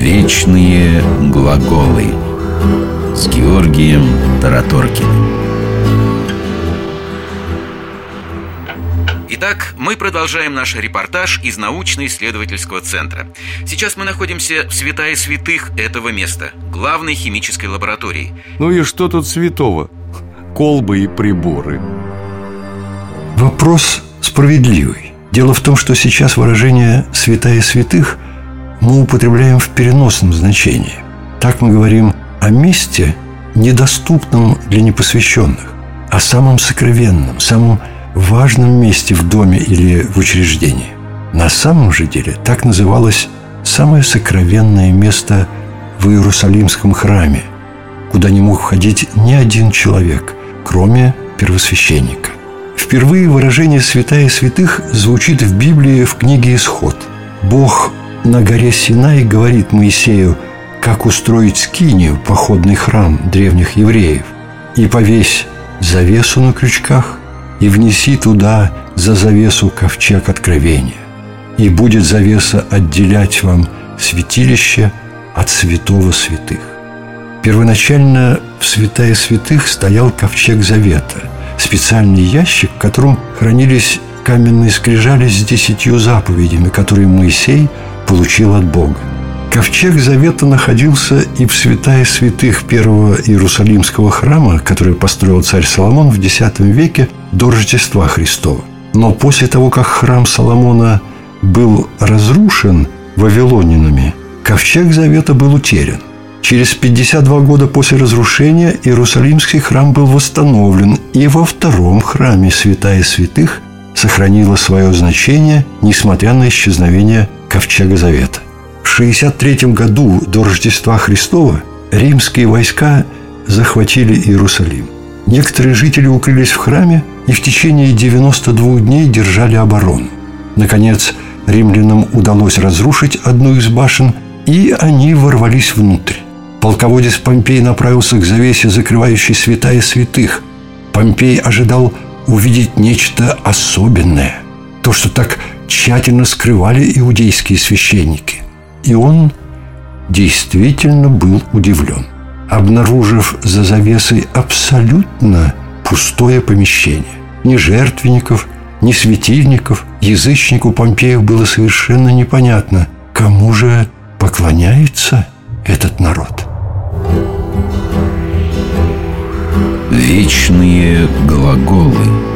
Вечные глаголы с Георгием Тараторкиным. Итак, мы продолжаем наш репортаж из научно-исследовательского центра. Сейчас мы находимся в святая святых этого места, главной химической лаборатории. Ну и что тут святого? Колбы и приборы. Вопрос справедливый. Дело в том, что сейчас выражение «святая святых» мы употребляем в переносном значении. Так мы говорим о месте, недоступном для непосвященных, о самом сокровенном, самом важном месте в доме или в учреждении. На самом же деле так называлось самое сокровенное место в Иерусалимском храме, куда не мог входить ни один человек, кроме первосвященника. Впервые выражение «святая святых» звучит в Библии в книге «Исход». Бог на горе Синай говорит Моисею, как устроить скинию, походный храм древних евреев, и повесь завесу на крючках, и внеси туда за завесу ковчег откровения, и будет завеса отделять вам святилище от святого святых. Первоначально в святая святых стоял ковчег завета, специальный ящик, в котором хранились каменные скрижали с 10 заповедями, которые Моисей получил от Бога. Ковчег завета находился и в святая святых первого Иерусалимского храма, который построил царь Соломон в X веке до Рождества Христова. Но после того, как храм Соломона был разрушен вавилонянами, ковчег завета был утерян. Через 52 года после разрушения Иерусалимский храм был восстановлен, и во втором храме святая святых сохранила свое значение, несмотря на исчезновение ковчега завета. В 63 году до Рождества Христова римские войска захватили Иерусалим. Некоторые жители укрылись в храме и в течение 92 дней держали оборону. Наконец, римлянам удалось разрушить одну из башен, и они ворвались внутрь. Полководец Помпей направился к завесе, закрывающей святая святых. Помпей ожидал увидеть нечто особенное, то, что так тщательно скрывали иудейские священники. И он действительно был удивлен, обнаружив за завесой абсолютно пустое помещение. Ни жертвенников, ни светильников. Язычнику Помпею было совершенно непонятно, кому же поклоняется этот народ. Вечные глаголы.